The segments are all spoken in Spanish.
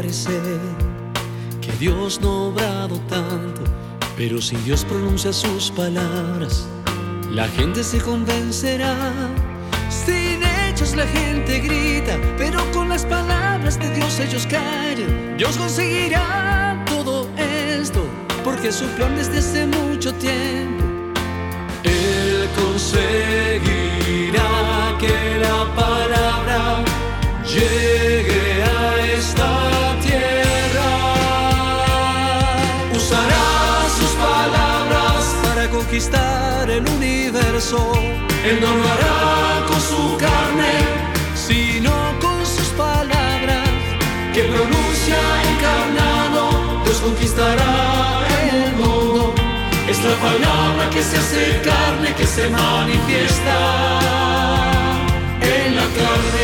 parecer que Dios no ha obrado tanto, pero si Dios pronuncia sus palabras, la gente se convencerá. Sin hechos la gente grita, pero con las palabras de Dios ellos callan. Dios conseguirá todo esto, porque es su plan desde hace mucho tiempo. Él conseguirá que la palabra llegue a esta tierra. Usará sus palabras para conquistar el universo. Él no lo hará con su carne, sino con sus palabras que pronuncia encarnado. Dios conquistará el mundo. Es la palabra que se hace carne, que se manifiesta en la carne.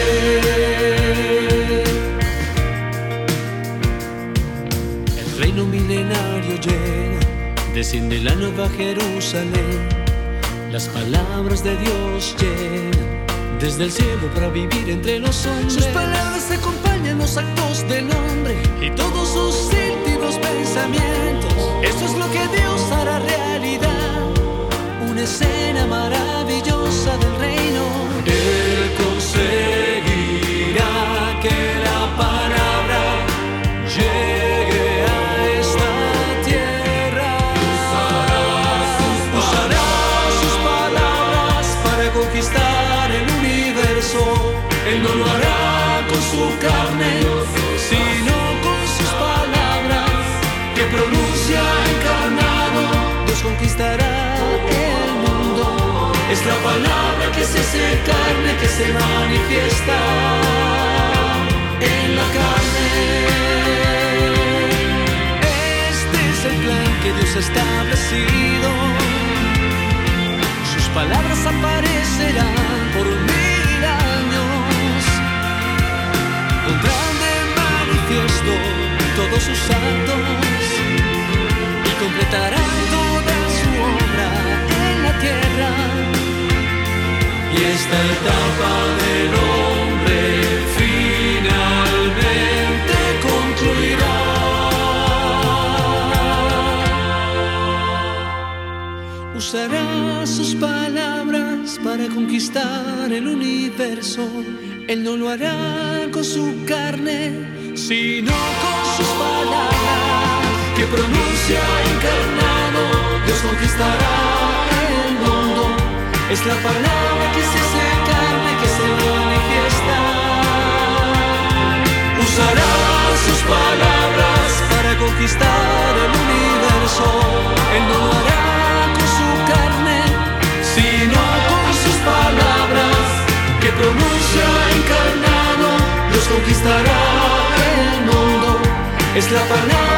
El reino milenario llega, desciende la nueva Jerusalén. Las palabras de Dios llegan desde el cielo para vivir entre los hombres. Sus palabras acompañan los actos del hombre y todos sus íntimos pensamientos. Eso es lo que Dios hará realidad, una escena maravillosa del reino. Él conseguirá que la palabra llegue a esta tierra. Usará sus palabras para conquistar el universo. Él no lo hará con su carne, sino con sus palabras que pronuncia encarnado. Dios conquistará el mundo. Es la palabra que se hace carne, que se manifiesta en la carne. Este es el plan que Dios ha establecido. Sus palabras aparecerán por 1000 años. Pondrán de manifiesto todos sus actos y completarán toda su obra en la tierra. Y esta etapa del hombre finalmente concluirá. Usará sus palabras para conquistar el universo. Él no lo hará con su carne, sino con sus palabras que pronuncia encarnado. Dios conquistará el mundo. Es la palabra que se hace carne, que se manifiesta. Usará sus palabras para conquistar el universo. Él no lo hará con su carne, sino con sus palabras que pronuncia encarnado. Dios conquistará el mundo. Es la palabra